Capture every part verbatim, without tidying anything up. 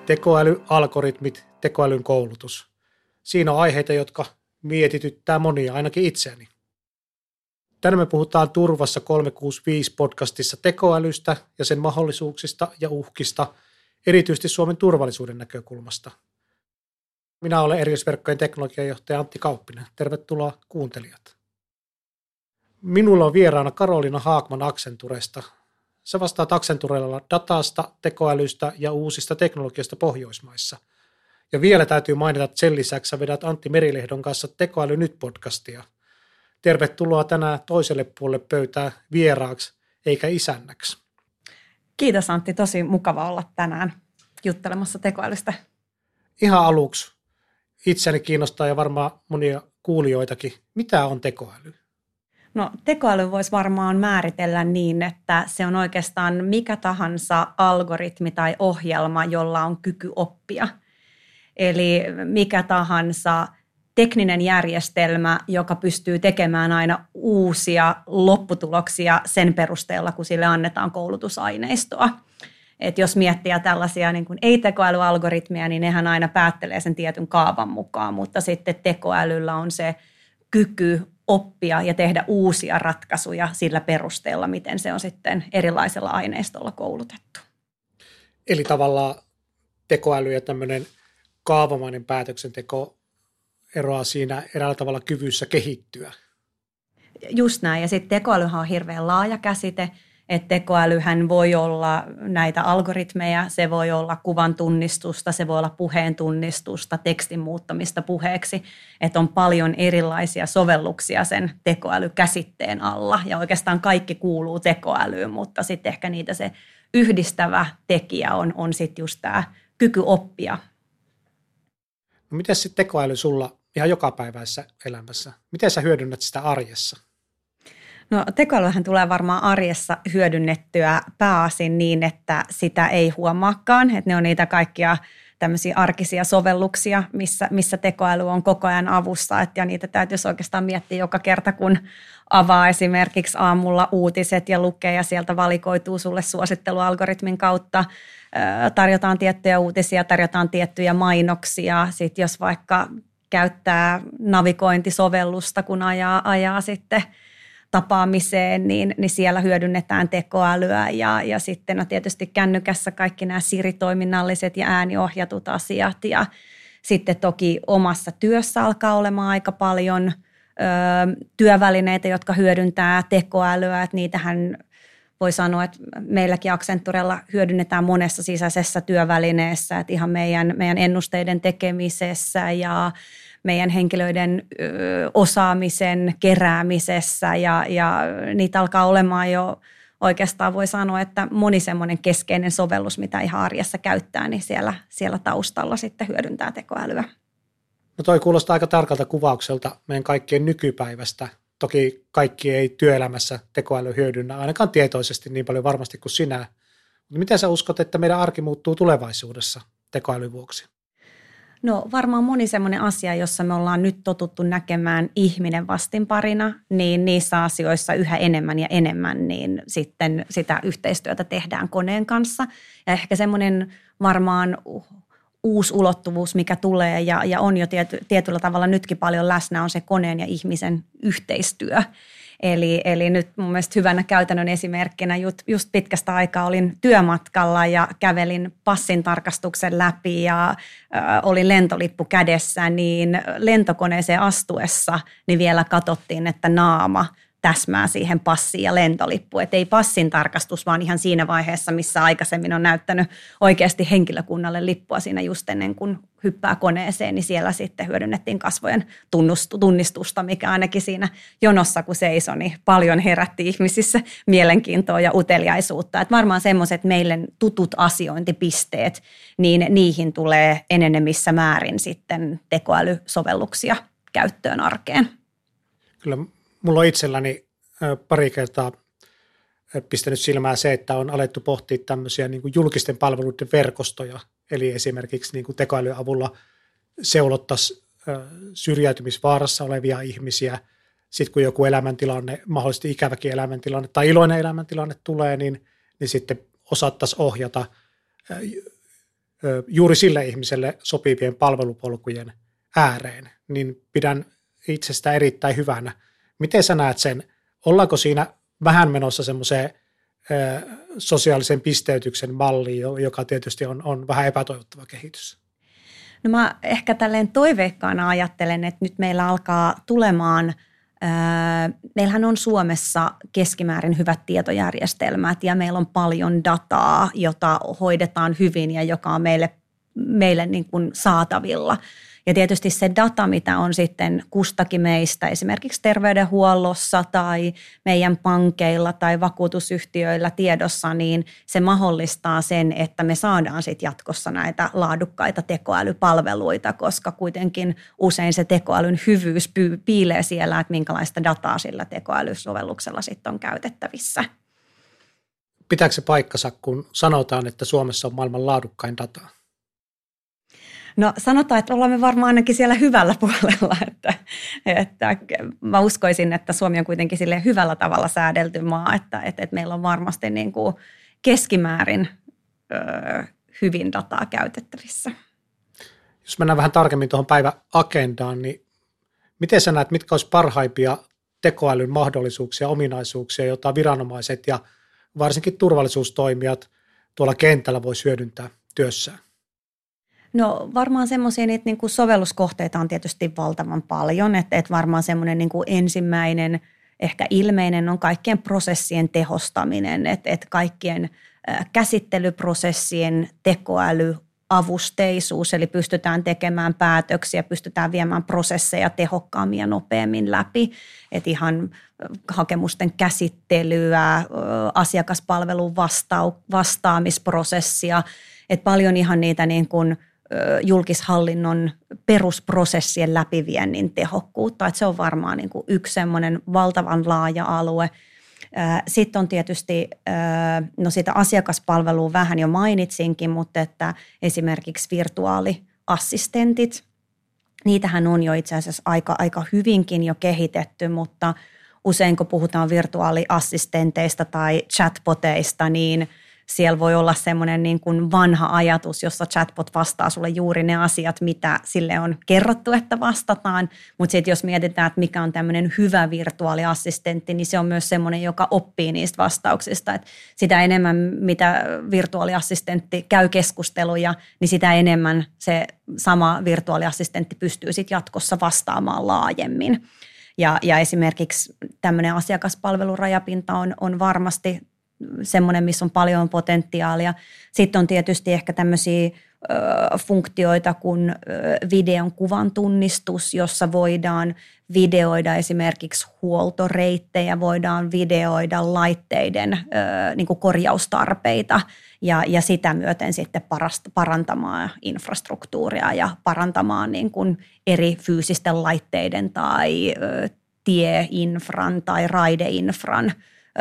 Tekoäly, algoritmit, tekoälyn koulutus. Siinä on aiheita, jotka mietityttää monia, ainakin itseäni. Tänään me puhutaan Turvassa kolmesataakuusikymmentäviisi podcastissa tekoälystä ja sen mahdollisuuksista ja uhkista, erityisesti Suomen turvallisuuden näkökulmasta. Minä olen Erillisverkkojen teknologiajohtaja Antti Kauppinen. Tervetuloa kuuntelijat. Minulla on vieraana Karoliina Haakman Accenturesta. Sä vastaat Accenturella datasta, tekoälystä ja uusista teknologiasta Pohjoismaissa. Ja vielä täytyy mainita, että sen lisäksi sä vedät Antti Merilehdon kanssa Tekoäly nyt-podcastia. Tervetuloa tänään toiselle puolelle pöytää vieraaksi eikä isännäksi. Kiitos Antti, tosi mukava olla tänään juttelemassa tekoälystä. Ihan aluksi itseni kiinnostaa ja varmaan monia kuulijoitakin. Mitä on tekoäly? No tekoäly voisi varmaan määritellä niin, että se on oikeastaan mikä tahansa algoritmi tai ohjelma, jolla on kyky oppia. Eli mikä tahansa tekninen järjestelmä, joka pystyy tekemään aina uusia lopputuloksia sen perusteella, kun sille annetaan koulutusaineistoa. Et jos miettii tällaisia niin kuin ei-tekoälyalgoritmeja, niin nehän aina päättelee sen tietyn kaavan mukaan, mutta sitten tekoälyllä on se kyky oppia ja tehdä uusia ratkaisuja sillä perusteella, miten se on sitten erilaisella aineistolla koulutettu. Eli tavallaan tekoäly ja tämmöinen kaavamainen päätöksenteko eroaa siinä eräällä tavalla kyvyssä kehittyä. Just näin, ja sitten tekoälyhän on hirveän laaja käsite, että tekoälyhän voi olla näitä algoritmeja, se voi olla kuvan tunnistusta, se voi olla puheen tunnistusta, tekstin muuttamista puheeksi, että on paljon erilaisia sovelluksia sen tekoälykäsitteen alla, ja oikeastaan kaikki kuuluu tekoälyyn, mutta sitten ehkä niitä se yhdistävä tekijä on, on sitten just tämä kyky oppia. No miten sitten tekoäly sulla ihan jokapäiväisessä elämässä? Miten sä hyödynnät sitä arjessa? No tekoälyhän tulee varmaan arjessa hyödynnettyä pääasin niin, että sitä ei huomaakaan. Että ne on niitä kaikkia tämmöisiä arkisia sovelluksia, missä, missä tekoäly on koko ajan avussa. Et ja niitä täytyisi oikeastaan miettiä joka kerta, kun avaa esimerkiksi aamulla uutiset ja lukee ja sieltä valikoituu sulle suosittelualgoritmin kautta. Tarjotaan tiettyjä uutisia, tarjotaan tiettyjä mainoksia. Sitten jos vaikka käyttää navigointisovellusta, kun ajaa, ajaa sitten tapaamiseen, niin, niin siellä hyödynnetään tekoälyä ja, ja sitten no tietysti kännykässä kaikki nämä Siri-toiminnalliset ja ääniohjatut asiat ja sitten toki omassa työssä alkaa olemaan aika paljon ö, työvälineitä, jotka hyödyntää tekoälyä, että niitähän voi sanoa, että meilläkin Accenturella hyödynnetään monessa sisäisessä työvälineessä, että ihan meidän, meidän ennusteiden tekemisessä ja meidän henkilöiden ö, osaamisen keräämisessä ja, ja niitä alkaa olemaan jo oikeastaan voi sanoa, että moni semmoinen keskeinen sovellus, mitä ihan arjessa käyttää, niin siellä, siellä taustalla sitten hyödyntää tekoälyä. No toi kuulostaa aika tarkalta kuvaukselta meidän kaikkien nykypäivästä. Toki kaikki ei työelämässä tekoäly hyödynnä, ainakaan tietoisesti niin paljon varmasti kuin sinä. Mutta miten sä uskot, että meidän arki muuttuu tulevaisuudessa tekoälyn vuoksi? No varmaan moni semmoinen asia, jossa me ollaan nyt totuttu näkemään ihminen vastinparina, niin niissä asioissa yhä enemmän ja enemmän, niin sitten sitä yhteistyötä tehdään koneen kanssa. Ja ehkä semmoinen varmaan uusi ulottuvuus, mikä tulee ja, ja on jo tiety, tietyllä tavalla nytkin paljon läsnä, on se koneen ja ihmisen yhteistyö. Eli, eli nyt mun mielestä hyvänä käytännön esimerkkinä just, just pitkästä aikaa olin työmatkalla ja kävelin passin tarkastuksen läpi ja äh, olin lentolippu kädessä, niin lentokoneeseen astuessa niin vielä katsottiin, että naama täsmää siihen passiin ja lentolippu. Että ei passin tarkastus, vaan ihan siinä vaiheessa, missä aikaisemmin on näyttänyt oikeasti henkilökunnalle lippua siinä just ennen kuin hyppää koneeseen, niin siellä sitten hyödynnettiin kasvojen tunnistusta, mikä ainakin siinä jonossa, kun seisoi, niin paljon herätti ihmisissä mielenkiintoa ja uteliaisuutta. Että varmaan semmoiset meille tutut asiointipisteet, niin niihin tulee enenevissä määrin sitten tekoälysovelluksia käyttöön arkeen. Kyllä. Mulla on itselläni pari kertaa pistänyt silmään se, että on alettu pohtia tämmöisiä niin kuin julkisten palveluiden verkostoja, eli esimerkiksi niin kuin tekoälyn avulla seulottaisiin syrjäytymisvaarassa olevia ihmisiä. Sitten kun joku elämäntilanne, mahdollisesti ikäväkin elämäntilanne tai iloinen elämäntilanne tulee, niin, niin sitten osattaisiin ohjata juuri sille ihmiselle sopivien palvelupolkujen ääreen, niin pidän itsestä erittäin hyvänä. Miten sä näet sen? Ollaanko siinä vähän menossa semmoiseen sosiaalisen pisteytyksen malliin, joka tietysti on, on vähän epätoivottava kehitys? No mä ehkä tälleen toiveikkaana ajattelen, että nyt meillä alkaa tulemaan, ää, meillähän on Suomessa keskimäärin hyvät tietojärjestelmät ja meillä on paljon dataa, jota hoidetaan hyvin ja joka on meille, meille niin kuin saatavilla. Ja tietysti se data, mitä on sitten kustakin meistä esimerkiksi terveydenhuollossa tai meidän pankeilla tai vakuutusyhtiöillä tiedossa, niin se mahdollistaa sen, että me saadaan sitten jatkossa näitä laadukkaita tekoälypalveluita, koska kuitenkin usein se tekoälyn hyvyys piilee siellä, että minkälaista dataa sillä tekoälysovelluksella sitten on käytettävissä. Pitääkö se paikkansa, kun sanotaan, että Suomessa on maailman laadukkain dataa? No sanotaan, että ollaan me varmaan ainakin siellä hyvällä puolella, että, että mä uskoisin, että Suomi on kuitenkin sille hyvällä tavalla säädelty maa, että, että, että meillä on varmasti niin kuin keskimäärin ö, hyvin dataa käytettävissä. Jos mennään vähän tarkemmin tuohon päiväagendaan, niin miten sä näet, mitkä olisi parhaimpia tekoälyn mahdollisuuksia, ominaisuuksia, joita viranomaiset ja varsinkin turvallisuustoimijat tuolla kentällä voisi hyödyntää työssään? No varmaan semmoisia niitä niin kuin sovelluskohteita on tietysti valtavan paljon, että, että varmaan semmoinen niin kuin ensimmäinen ehkä ilmeinen on kaikkien prosessien tehostaminen, että, että kaikkien käsittelyprosessien tekoäly, avusteisuus, eli pystytään tekemään päätöksiä, pystytään viemään prosesseja tehokkaammin ja nopeammin läpi, että ihan hakemusten käsittelyä, asiakaspalvelun vasta- vastaamisprosessia, että paljon ihan niitä niin kuin julkishallinnon perusprosessien läpiviennin tehokkuutta, että se on varmaan niin kuin yksi semmoinen valtavan laaja alue. Sitten on tietysti, no sitä asiakaspalvelua vähän jo mainitsinkin, mutta että esimerkiksi virtuaaliassistentit, niitähän on jo itse asiassa aika, aika hyvinkin jo kehitetty, mutta usein kun puhutaan virtuaaliassistenteista tai chatboteista, niin siellä voi olla semmoinen niin kuin vanha ajatus, jossa chatbot vastaa sulle juuri ne asiat, mitä sille on kerrottu, että vastataan. Mutta sitten jos mietitään, että mikä on tämmöinen hyvä virtuaaliassistentti, niin se on myös semmoinen, joka oppii niistä vastauksista. Et sitä enemmän, mitä virtuaaliassistentti käy keskusteluja, niin sitä enemmän se sama virtuaaliassistentti pystyy sitten jatkossa vastaamaan laajemmin. Ja, ja esimerkiksi tämmöinen asiakaspalvelurajapinta on, on varmasti semmoinen, missä on paljon potentiaalia. Sitten on tietysti ehkä tämmöisiä ö, funktioita kuin ö, videon kuvan tunnistus, jossa voidaan videoida esimerkiksi huoltoreittejä, voidaan videoida laitteiden ö, niin kuin korjaustarpeita ja, ja sitä myöten sitten parasta, parantamaan infrastruktuuria ja parantamaan niin kuin eri fyysisten laitteiden tai ö, tieinfran tai raideinfran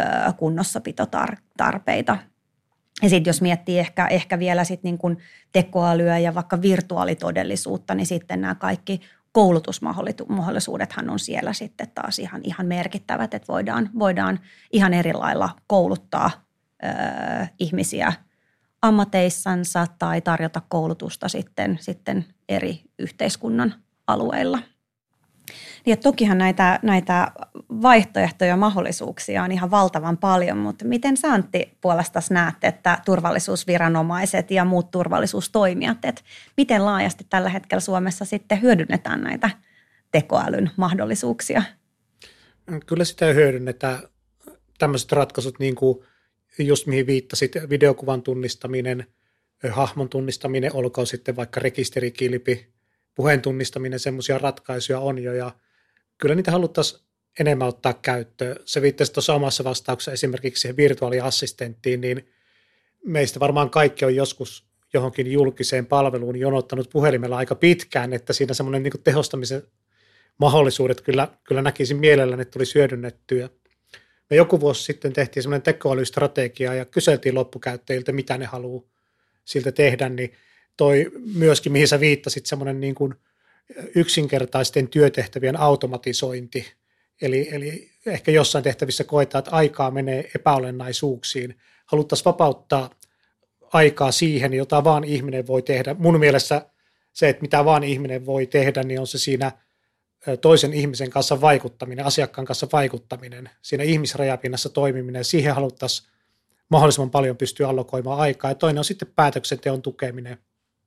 kunnossapitotarpeita. Ja sitten jos miettii ehkä, ehkä vielä sit niin kuin tekoälyä ja vaikka virtuaalitodellisuutta, niin sitten nämä kaikki koulutusmahdollisuudethan on siellä sitten taas ihan, ihan merkittävät, että voidaan, voidaan ihan eri lailla kouluttaa ö, ihmisiä ammateissansa tai tarjota koulutusta sitten, sitten eri yhteiskunnan alueilla. Ja tokihan näitä, näitä vaihtoehtoja ja mahdollisuuksia on ihan valtavan paljon, mutta miten sä, Antti, puolestaan näet, että turvallisuusviranomaiset ja muut turvallisuustoimijat, että miten laajasti tällä hetkellä Suomessa sitten hyödynnetään näitä tekoälyn mahdollisuuksia? Kyllä sitä hyödynnetään. Tämmöiset ratkaisut, niin kuin just mihin viittasit, videokuvan tunnistaminen, hahmon tunnistaminen, olkoon sitten vaikka rekisterikilpi, puheen tunnistaminen, semmoisia ratkaisuja on jo, ja kyllä niitä haluttaisiin enemmän ottaa käyttöön. Se viittasi tuossa omassa vastauksessa esimerkiksi siihen virtuaaliassistenttiin, niin meistä varmaan kaikki on joskus johonkin julkiseen palveluun jonottanut puhelimella aika pitkään, että siinä semmoinen niin kuin tehostamisen mahdollisuudet kyllä, kyllä näkisin mielelläni, että tulisi hyödynnettyä. Me joku vuosi sitten tehtiin semmoinen tekoälystrategia ja kyseltiin loppukäyttäjiltä, mitä ne haluaa siltä tehdä, niin toi myöskin, mihin sä viittasit, semmoinen niin kuin yksinkertaisten työtehtävien automatisointi. Eli, eli ehkä jossain tehtävissä koetaan, että aikaa menee epäolennaisuuksiin. Haluttaisiin vapauttaa aikaa siihen, jota vaan ihminen voi tehdä. Mun mielestä se, että mitä vaan ihminen voi tehdä, niin on se siinä toisen ihmisen kanssa vaikuttaminen, asiakkaan kanssa vaikuttaminen, siinä ihmisrajapinnassa toimiminen. Siihen haluttaisiin mahdollisimman paljon pystyä allokoimaan aikaa. Ja toinen on sitten päätöksenteon tukeminen.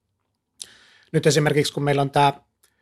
Nyt esimerkiksi, kun meillä on tämä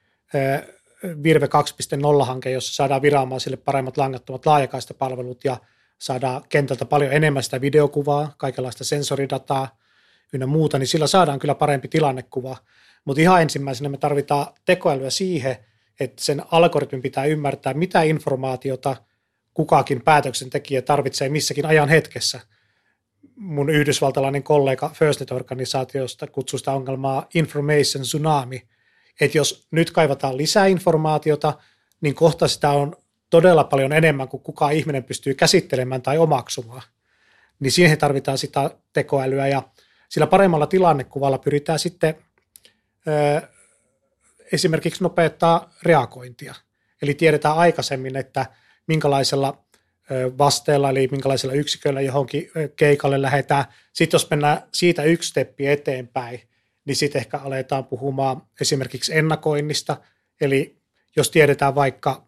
Virve kaksi piste nolla-hanke, jossa saadaan viranomaisille paremmat langattomat laajakaistapalvelut ja saadaan kentältä paljon enemmän sitä videokuvaa, kaikenlaista sensoridataa ynnä muuta, niin sillä saadaan kyllä parempi tilannekuva. Mutta ihan ensimmäisenä me tarvitaan tekoälyä siihen, että sen algoritmin pitää ymmärtää, mitä informaatiota kukakin päätöksentekijä tarvitsee missäkin ajan hetkessä. Mun yhdysvaltalainen kollega FirstNet-organisaatiosta kutsuu sitä ongelmaa information tsunami. Että jos nyt kaivataan lisää informaatiota, niin kohta sitä on todella paljon enemmän kuin kukaan ihminen pystyy käsittelemään tai omaksumaan. Niin siihen tarvitaan sitä tekoälyä ja sillä paremmalla tilannekuvalla pyritään sitten ö, esimerkiksi nopeuttaa reagointia. Eli tiedetään aikaisemmin, että minkälaisella vasteella, eli minkälaisella yksiköllä johonkin keikalle lähdetään. Sitten jos mennään siitä yksi steppi eteenpäin, niin sitten ehkä aletaan puhumaan esimerkiksi ennakoinnista. Eli jos tiedetään vaikka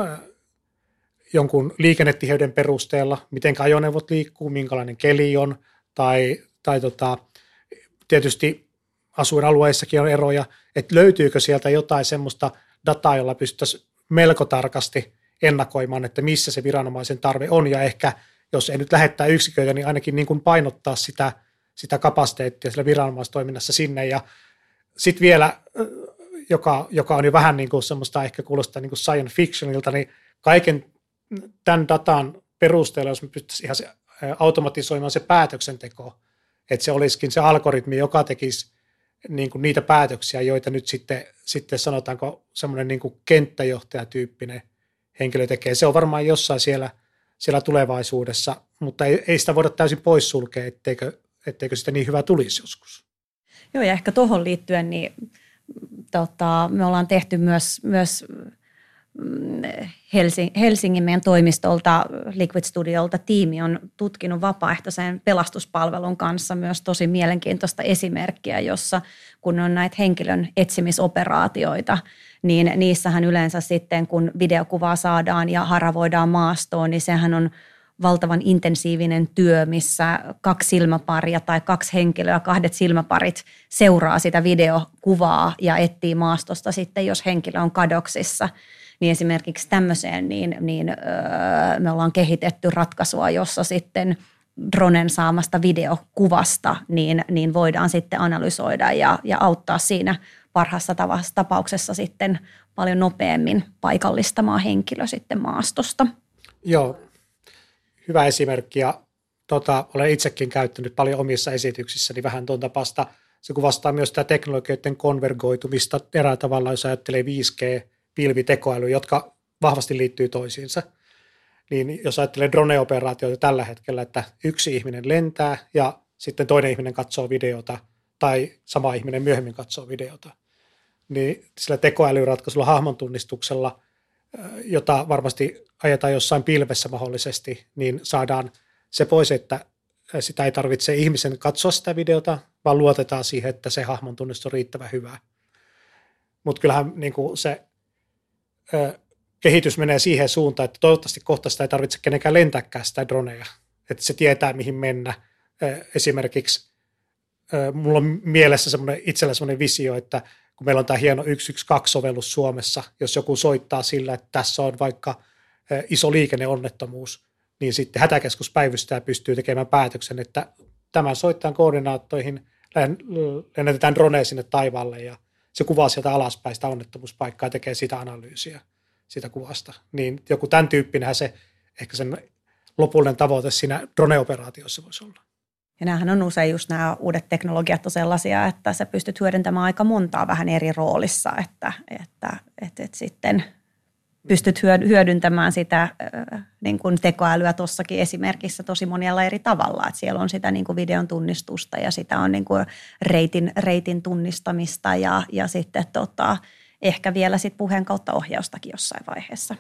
jonkun liikennetiheyden perusteella, miten ajoneuvot liikkuu, minkälainen keli on, tai, tai tota, tietysti asuinalueissakin on eroja, että löytyykö sieltä jotain semmoista dataa, jolla pystyttäisiin melko tarkasti ennakoimaan, että missä se viranomaisen tarve on, ja ehkä jos ei nyt lähettää yksiköitä, niin ainakin niin kuin painottaa sitä, sitä kapasiteettia sillä viranomaistoiminnassa sinne, ja sitten vielä, joka, joka on jo vähän niin kuin semmoista ehkä kuulostaa niin kuin science fictionilta, niin kaiken tämän datan perusteella, jos me pystyttäisiin ihan se, automatisoimaan se päätöksenteko, että se olisikin se algoritmi, joka tekisi niin kuin niitä päätöksiä, joita nyt sitten, sitten sanotaanko semmoinen niin kuin kenttäjohtajatyyppinen henkilö tekee. Se on varmaan jossain siellä, siellä tulevaisuudessa, mutta ei, ei sitä voida täysin poissulkea, etteikö, etteikö sitä niin hyvä tulisi joskus. Joo, ja ehkä tuohon liittyen, niin tota, me ollaan tehty myös, myös Helsingin meidän toimistolta, Liquid Studiolta, tiimi on tutkinut vapaaehtoisen pelastuspalvelun kanssa myös tosi mielenkiintoista esimerkkiä, jossa kun on näitä henkilön etsimisoperaatioita, niin niissähän yleensä sitten, kun videokuvaa saadaan ja haravoidaan maastoon, niin sehän on valtavan intensiivinen työ, missä kaksi silmäparia tai kaksi henkilöä, kahdet silmäparit seuraa sitä videokuvaa ja etsii maastosta sitten, jos henkilö on kadoksissa. Niin esimerkiksi tämmöiseen niin, niin öö, me ollaan kehitetty ratkaisua, jossa sitten dronen saamasta videokuvasta niin, niin voidaan sitten analysoida ja, ja auttaa siinä parhaassa tapauksessa sitten paljon nopeammin paikallistamaan henkilö sitten maastosta. Joo, hyvä esimerkki ja tota, olen itsekin käyttänyt paljon omissa esityksissäni vähän tuon tapasta. Se kuvastaa myös sitä teknologioiden konvergoitumista erää tavalla, jos ajattelee viisi G, pilvitekoäly, jotka vahvasti liittyy toisiinsa. Niin jos ajattelee drone-operaatioita tällä hetkellä, että yksi ihminen lentää ja sitten toinen ihminen katsoo videota tai sama ihminen myöhemmin katsoo videota, niin sillä tekoälyratkaisulla, hahmontunnistuksella, jota varmasti ajetaan jossain pilvessä mahdollisesti, niin saadaan se pois, että sitä ei tarvitse ihmisen katsoa sitä videota, vaan luotetaan siihen, että se hahmontunnistus on riittävän hyvä. Mutta kyllähän niin kuin se ö, kehitys menee siihen suuntaan, että toivottavasti kohta sitä ei tarvitse kenenkään lentääkään sitä droneja, että se tietää mihin mennä. Ö, esimerkiksi ö, mulla on mielessä semmoinen, itsellä semmoinen visio, että kun meillä on tämä hieno yksi yksi kaksi-sovellus Suomessa, jos joku soittaa sillä, että tässä on vaikka ö, iso liikenneonnettomuus, niin sitten hätäkeskuspäivystäjä pystyy tekemään päätöksen, että tämän soittajan koordinaattoihin lennätetään drone sinne taivaalle ja se kuvaa sieltä alaspäin sitä onnettomuuspaikkaa ja tekee sitä analyysiä sitä kuvasta. Niin joku tämän tyyppinenhän se ehkä sen lopullinen tavoite siinä drone-operaatiossa voisi olla. Ja näähän on usein just nämä uudet teknologiat on sellaisia, että sä pystyt hyödyntämään aika montaa vähän eri roolissa, että, että, että, että sitten pystyt hyödyntämään sitä niin kuin tekoälyä tuossakin esimerkissä tosi monella eri tavalla. Että siellä on sitä niin kuin videon tunnistusta ja sitä on niin kuin reitin, reitin tunnistamista ja, ja sitten tota, ehkä vielä sit puheen kautta ohjaustakin jossain vaiheessa.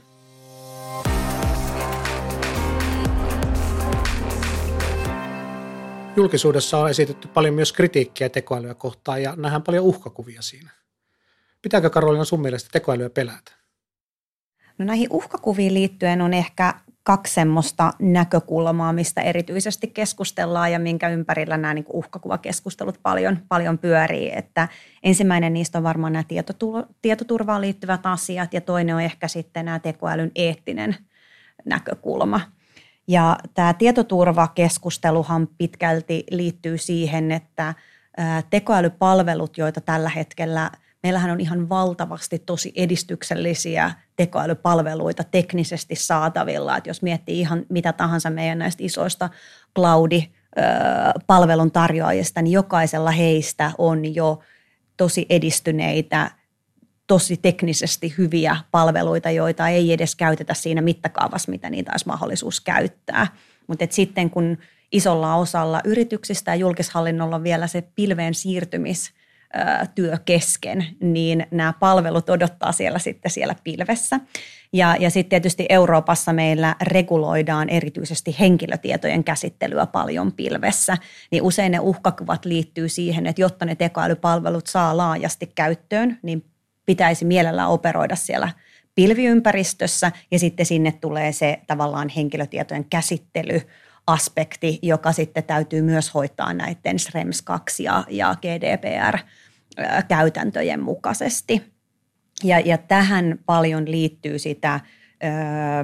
Julkisuudessa on esitetty paljon myös kritiikkiä tekoälyä kohtaan ja nähdään paljon uhkakuvia siinä. Pitääkö Karoliina sun mielestä tekoälyä pelätä? No näihin uhkakuviin liittyen on ehkä kaksi semmoista näkökulmaa, mistä erityisesti keskustellaan ja minkä ympärillä nämä niin kuin uhkakuvakeskustelut paljon, paljon pyörii. Että ensimmäinen niistä on varmaan nämä tietoturvaan liittyvät asiat ja toinen on ehkä sitten nämä tekoälyn eettinen näkökulma. Ja tämä tietoturvakeskusteluhan pitkälti liittyy siihen, että tekoälypalvelut, joita tällä hetkellä, meillähän on ihan valtavasti tosi edistyksellisiä tekoälypalveluita teknisesti saatavilla. Että jos miettii ihan mitä tahansa meidän näistä isoista cloud-palvelun tarjoajista, niin jokaisella heistä on jo tosi edistyneitä, tosi teknisesti hyviä palveluita, joita ei edes käytetä siinä mittakaavassa, mitä niitä olisi mahdollisuus käyttää. Mutta sitten kun isolla osalla yrityksistä ja julkishallinnolla on vielä se pilveen siirtymistyö kesken, niin nämä palvelut odottaa siellä sitten siellä pilvessä. Ja, ja sitten tietysti Euroopassa meillä reguloidaan erityisesti henkilötietojen käsittelyä paljon pilvessä, niin usein ne uhkakuvat liittyy siihen, että jotta ne tekoälypalvelut saa laajasti käyttöön, niin pitäisi mielellään operoida siellä pilviympäristössä ja sitten sinne tulee se tavallaan henkilötietojen käsittelyaspekti, joka sitten täytyy myös hoitaa näiden Schrems kaksi ja, ja G D P R-käytäntöjen mukaisesti. Ja, ja tähän paljon liittyy sitä öö,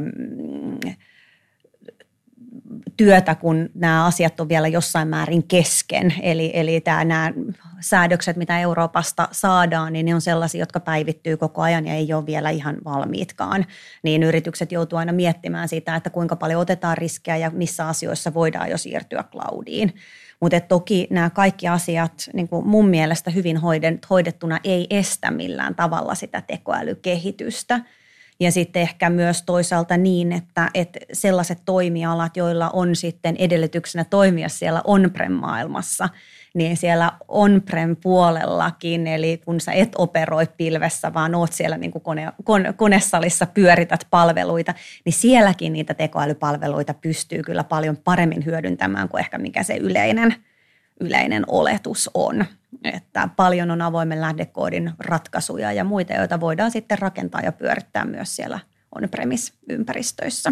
työtä, kun nämä asiat on vielä jossain määrin kesken. Eli, eli tämä, nämä säädökset, mitä Euroopasta saadaan, niin ne on sellaisia, jotka päivittyy koko ajan ja ei ole vielä ihan valmiitkaan. Niin yritykset joutuu aina miettimään sitä, että kuinka paljon otetaan riskejä ja missä asioissa voidaan jo siirtyä cloudiin. Mutta toki nämä kaikki asiat niin kuin mun mielestä hyvin hoidettuna ei estä millään tavalla sitä tekoälykehitystä. Ja sitten ehkä myös toisaalta niin, että, että sellaiset toimialat, joilla on sitten edellytyksenä toimia siellä on-prem-maailmassa, niin siellä on-prem-puolellakin, eli kun sä et operoi pilvessä, vaan oot siellä niin kuin kone, kone, konesalissa pyörität palveluita, niin sielläkin niitä tekoälypalveluita pystyy kyllä paljon paremmin hyödyntämään kuin ehkä mikä se yleinen, yleinen oletus on. Että paljon on avoimen lähdekoodin ratkaisuja ja muita, joita voidaan sitten rakentaa ja pyörittää myös siellä on-premise-ympäristöissä.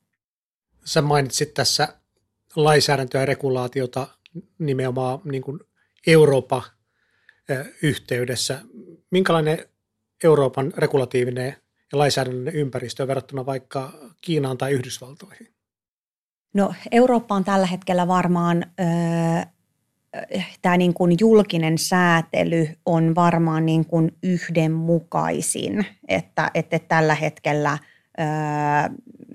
Sä mainitsit tässä lainsäädäntöä ja regulaatiota nimenomaan niin kuin Euroopan yhteydessä. Minkälainen Euroopan regulatiivinen ja lainsäädännöllinen ympäristö on verrattuna vaikka Kiinaan tai Yhdysvaltoihin? No Eurooppa on tällä hetkellä varmaan... Öö, Tämä niin kuin julkinen säätely on varmaan niin kuin yhdenmukaisin, että, että tällä hetkellä ää,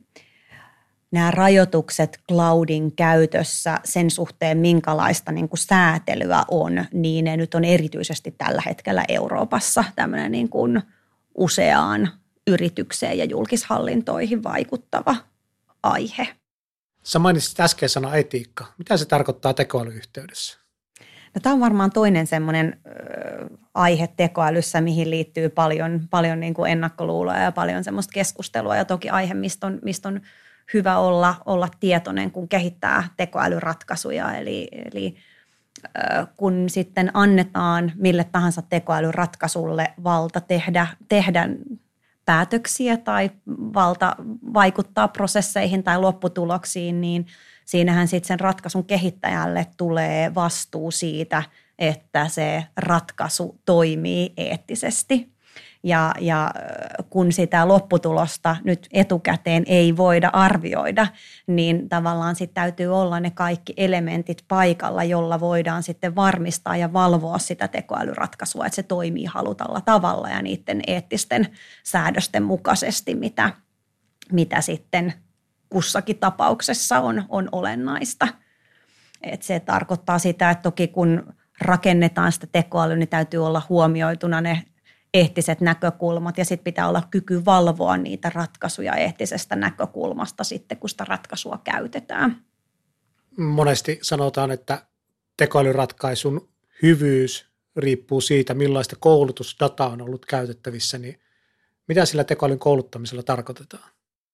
nämä rajoitukset cloudin käytössä sen suhteen, minkälaista niin kuin säätelyä on, niin ne nyt on erityisesti tällä hetkellä Euroopassa tämmöinen niin kuin useaan yritykseen ja julkishallintoihin vaikuttava aihe. Sä mainitsit äsken sana etiikka. Mitä se tarkoittaa tekoälyyhteydessä? No, tämä on varmaan toinen semmoinen ö, aihe tekoälyssä, mihin liittyy paljon, paljon niin kuin ennakkoluuloja ja paljon semmoista keskustelua ja toki aihe, mistä on, mistä on hyvä olla, olla tietoinen, kun kehittää tekoälyratkaisuja. Eli, eli ö, kun sitten annetaan mille tahansa tekoälyratkaisulle valta tehdä, tehdä päätöksiä tai valta vaikuttaa prosesseihin tai lopputuloksiin, niin siinähän sitten sen ratkaisun kehittäjälle tulee vastuu siitä, että se ratkaisu toimii eettisesti. Ja, ja kun sitä lopputulosta nyt etukäteen ei voida arvioida, niin tavallaan sitten täytyy olla ne kaikki elementit paikalla, jolla voidaan sitten varmistaa ja valvoa sitä tekoälyratkaisua, että se toimii halutalla tavalla ja niiden eettisten säädösten mukaisesti, mitä, mitä sitten kussakin tapauksessa on, on olennaista. Et se tarkoittaa sitä, että toki kun rakennetaan sitä tekoälyä, niin täytyy olla huomioituna ne eettiset näkökulmat ja sitten pitää olla kyky valvoa niitä ratkaisuja eettisestä näkökulmasta sitten, kun sitä ratkaisua käytetään. Monesti sanotaan, että tekoälyratkaisun hyvyys riippuu siitä, millaista koulutusdataa on ollut käytettävissä, niin mitä sillä tekoälyn kouluttamisella tarkoitetaan?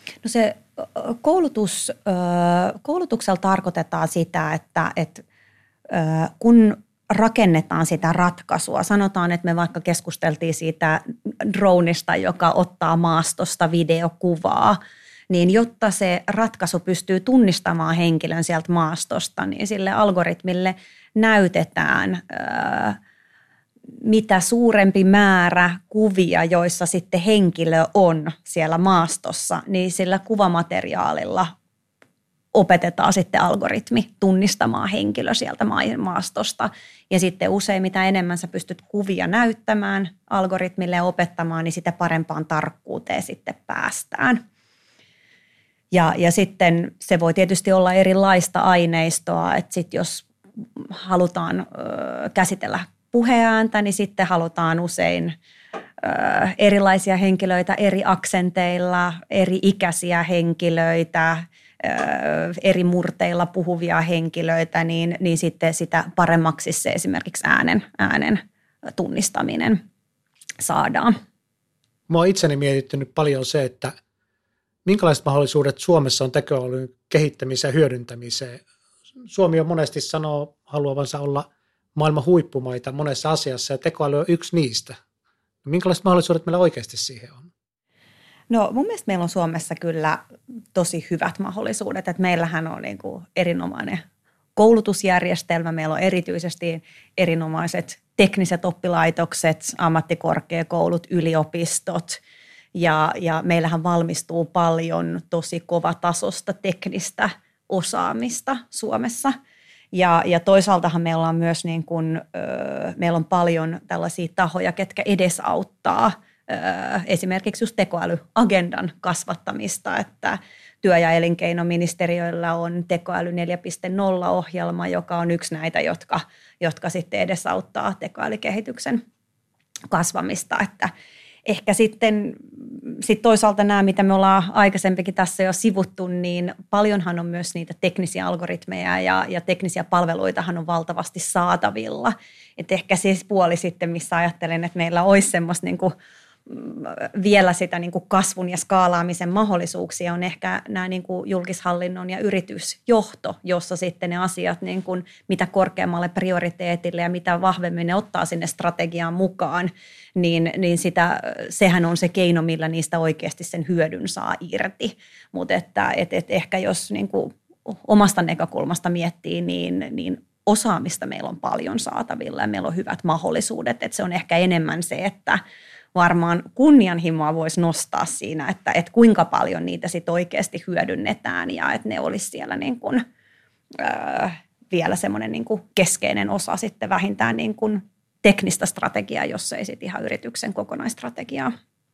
No se koulutus, koulutuksella tarkoitetaan sitä, että, että kun rakennetaan sitä ratkaisua, sanotaan, että me vaikka keskusteltiin siitä dronesta, joka ottaa maastosta videokuvaa, niin jotta se ratkaisu pystyy tunnistamaan henkilön sieltä maastosta, niin sille algoritmille näytetään mitä suurempi määrä kuvia, joissa sitten henkilö on siellä maastossa, niin sillä kuvamateriaalilla opetetaan sitten algoritmi tunnistamaan henkilö sieltä maastosta. Ja sitten usein mitä enemmän sä pystyt kuvia näyttämään algoritmille ja opettamaan, niin sitä parempaan tarkkuuteen sitten päästään. Ja, ja sitten se voi tietysti olla erilaista aineistoa, että sitten jos halutaan ö, käsitellä puheääntä, niin sitten halutaan usein ö, erilaisia henkilöitä eri aksenteilla, eri ikäisiä henkilöitä, ö, eri murteilla puhuvia henkilöitä, niin, niin sitten sitä paremmaksi se esimerkiksi äänen, äänen tunnistaminen saadaan. Mä oon itseni mietittynyt paljon se, että minkälaiset mahdollisuudet Suomessa on tekoälyn kehittämiseen ja hyödyntämiseen. Suomi on monesti sanoo haluavansa olla maailman huippumaita monessa asiassa ja tekoäly on yksi niistä. Minkälaiset mahdollisuudet meillä oikeasti siihen on? No mun mielestä meillä on Suomessa kyllä tosi hyvät mahdollisuudet, että meillähän on niin kuin erinomainen koulutusjärjestelmä, meillä on erityisesti erinomaiset tekniset oppilaitokset, ammattikorkeakoulut, yliopistot ja, ja meillähän valmistuu paljon tosi kovatasosta teknistä osaamista Suomessa. Ja, ja toisaaltahan meillä on myös niin kuin, ö, meillä on paljon tällaisia tahoja, ketkä edesauttaa ö, esimerkiksi just tekoälyagendan kasvattamista, että työ- ja elinkeinoministeriöllä on tekoäly neljä piste nolla-ohjelma, joka on yksi näitä, jotka, jotka sitten edesauttaa tekoälykehityksen kasvamista, että ehkä sitten sit toisaalta nämä, mitä me ollaan aikaisempikin tässä jo sivuttu, niin paljonhan on myös niitä teknisiä algoritmeja ja, ja teknisiä palveluitahan on valtavasti saatavilla. Et ehkä siis puoli sitten, missä ajattelen, että meillä olisi semmoista niinku, vielä sitä niinku kasvun ja skaalaamisen mahdollisuuksia, on ehkä nämä niinku julkishallinnon ja yritysjohto, jossa sitten ne asiat niinku, mitä korkeammalle prioriteetille ja mitä vahvemmin ne ottaa sinne strategiaan mukaan, niin, niin sitä, sehän on se keino, millä niistä oikeasti sen hyödyn saa irti. Mutta että et, et ehkä jos niinku omasta näkökulmasta miettii, niin, niin osaamista meillä on paljon saatavilla ja meillä on hyvät mahdollisuudet. Että se on ehkä enemmän se, että varmaan kunnianhimoa voisi nostaa siinä, että, että kuinka paljon niitä sitten oikeasti hyödynnetään ja että ne olisi siellä niin kuin, äh, vielä semmoinen niin kuin keskeinen osa sitten vähintään niin kuin teknistä strategiaa, jos ei sitten ihan yrityksen kokonaistrategiaa.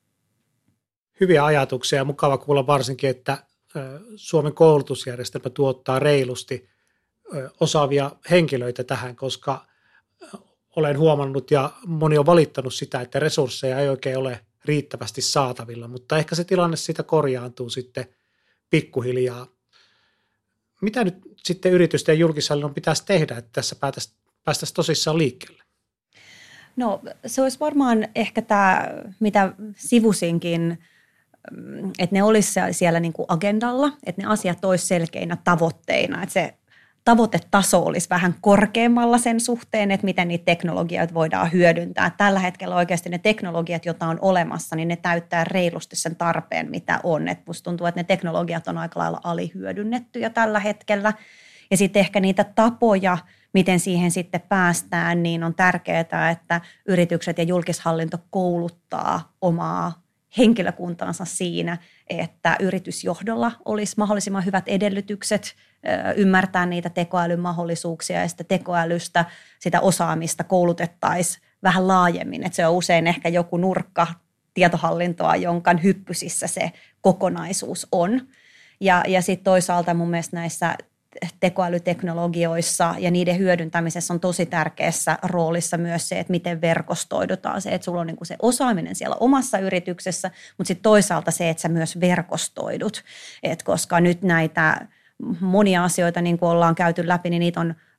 Hyviä ajatuksia ja mukava kuulla varsinkin, että Suomen koulutusjärjestelmä tuottaa reilusti osaavia henkilöitä tähän, koska olen huomannut ja moni on valittanut sitä, että resursseja ei oikein ole riittävästi saatavilla, mutta ehkä se tilanne siitä korjaantuu sitten pikkuhiljaa. Mitä nyt sitten yritysten ja julkishallinnon pitäisi tehdä, että tässä päästäisiin tosissaan liikkeelle? No se olisi varmaan ehkä tämä, mitä sivusinkin, että ne olisi siellä niin kuin agendalla, että ne asiat olisi selkeinä tavoitteina, että se tavoitetaso olisi vähän korkeammalla sen suhteen, että miten niitä teknologioita voidaan hyödyntää. Tällä hetkellä oikeasti ne teknologiat, joita on olemassa, niin ne täyttää reilusti sen tarpeen, mitä on. Et musta tuntuu, että ne teknologiat on aika lailla alihyödynnettyjä tällä hetkellä. Ja sitten ehkä niitä tapoja, miten siihen sitten päästään, niin on tärkeää, että yritykset ja julkishallinto kouluttaa omaa henkilökuntaansa siinä, että yritysjohdolla olisi mahdollisimman hyvät edellytykset ymmärtää niitä tekoälyn mahdollisuuksia ja sitä tekoälystä, sitä osaamista koulutettaisiin vähän laajemmin. Että se on usein ehkä joku nurkka tietohallintoa, jonka hyppysissä se kokonaisuus on. Ja, ja sitten toisaalta mun mielestä näissä tekoälyteknologioissa ja niiden hyödyntämisessä on tosi tärkeässä roolissa myös se, että miten verkostoidutaan. Se, että sulla on niin kuin se osaaminen siellä omassa yrityksessä, mutta sitten toisaalta se, että sä myös verkostoidut. Et koska nyt näitä monia asioita, niin kuin ollaan käyty läpi, niin niitä on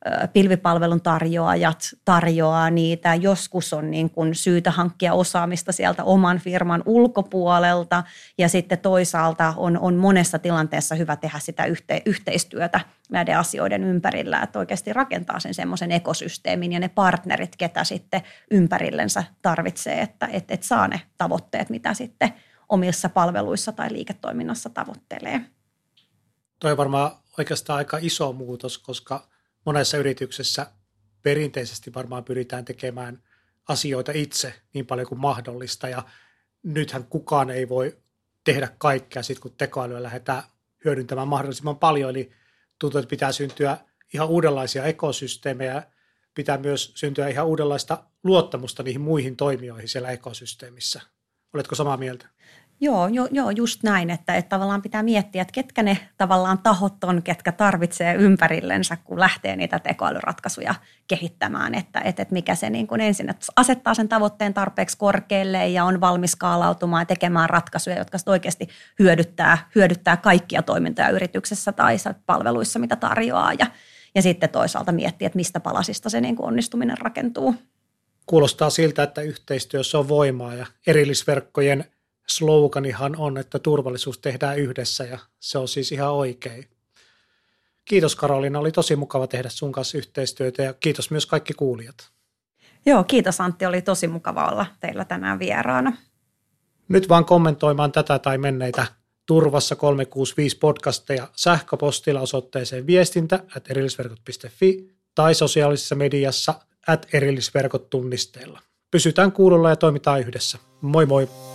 pilvipalvelun tarjoajat tarjoaa niitä. Joskus on niin kuin syytä hankkia osaamista sieltä oman firman ulkopuolelta ja sitten toisaalta on, on monessa tilanteessa hyvä tehdä sitä yhte, yhteistyötä näiden asioiden ympärillä, että oikeasti rakentaa sen semmoisen ekosysteemin ja ne partnerit, ketä sitten ympärillensä tarvitsee, että et, et saa ne tavoitteet, mitä sitten omissa palveluissa tai liiketoiminnassa tavoittelee. Toi on varmaan oikeastaan aika iso muutos, koska monessa yrityksessä perinteisesti varmaan pyritään tekemään asioita itse niin paljon kuin mahdollista ja nythän kukaan ei voi tehdä kaikkea sit kun tekoälyä lähdetään hyödyntämään mahdollisimman paljon, eli tuntuu, että pitää syntyä ihan uudenlaisia ekosysteemejä, pitää myös syntyä ihan uudenlaista luottamusta niihin muihin toimijoihin siellä ekosysteemissä. Oletko samaa mieltä? Joo, jo, joo, just näin, että, että tavallaan pitää miettiä, että ketkä ne tavallaan tahot on, ketkä tarvitsee ympärillensä, kun lähtee niitä tekoälyratkaisuja kehittämään, että, että, että mikä se niin kuin ensin, että asettaa sen tavoitteen tarpeeksi korkealle ja on valmis skaalautumaan ja tekemään ratkaisuja, jotka oikeasti hyödyttää, hyödyttää kaikkia toimintoja yrityksessä tai palveluissa, mitä tarjoaa ja, ja sitten toisaalta miettiä, että mistä palasista se niin kuin onnistuminen rakentuu. Kuulostaa siltä, että yhteistyössä on voimaa ja erillisverkkojen sloganihan on, että turvallisuus tehdään yhdessä ja se on siis ihan oikein. Kiitos Karoliina, oli tosi mukava tehdä sun kanssa yhteistyötä ja kiitos myös kaikki kuulijat. Joo, kiitos Antti, oli tosi mukava olla teillä tänään vieraana. Nyt vaan kommentoimaan tätä tai menneitä Turvassa kolme kuusi viisi podcasteja sähköpostilla osoitteeseen viestintä at erillisverkot piste fi tai sosiaalisessa mediassa at erillisverkot tunnisteella. Pysytään kuulolla ja toimitaan yhdessä. Moi moi!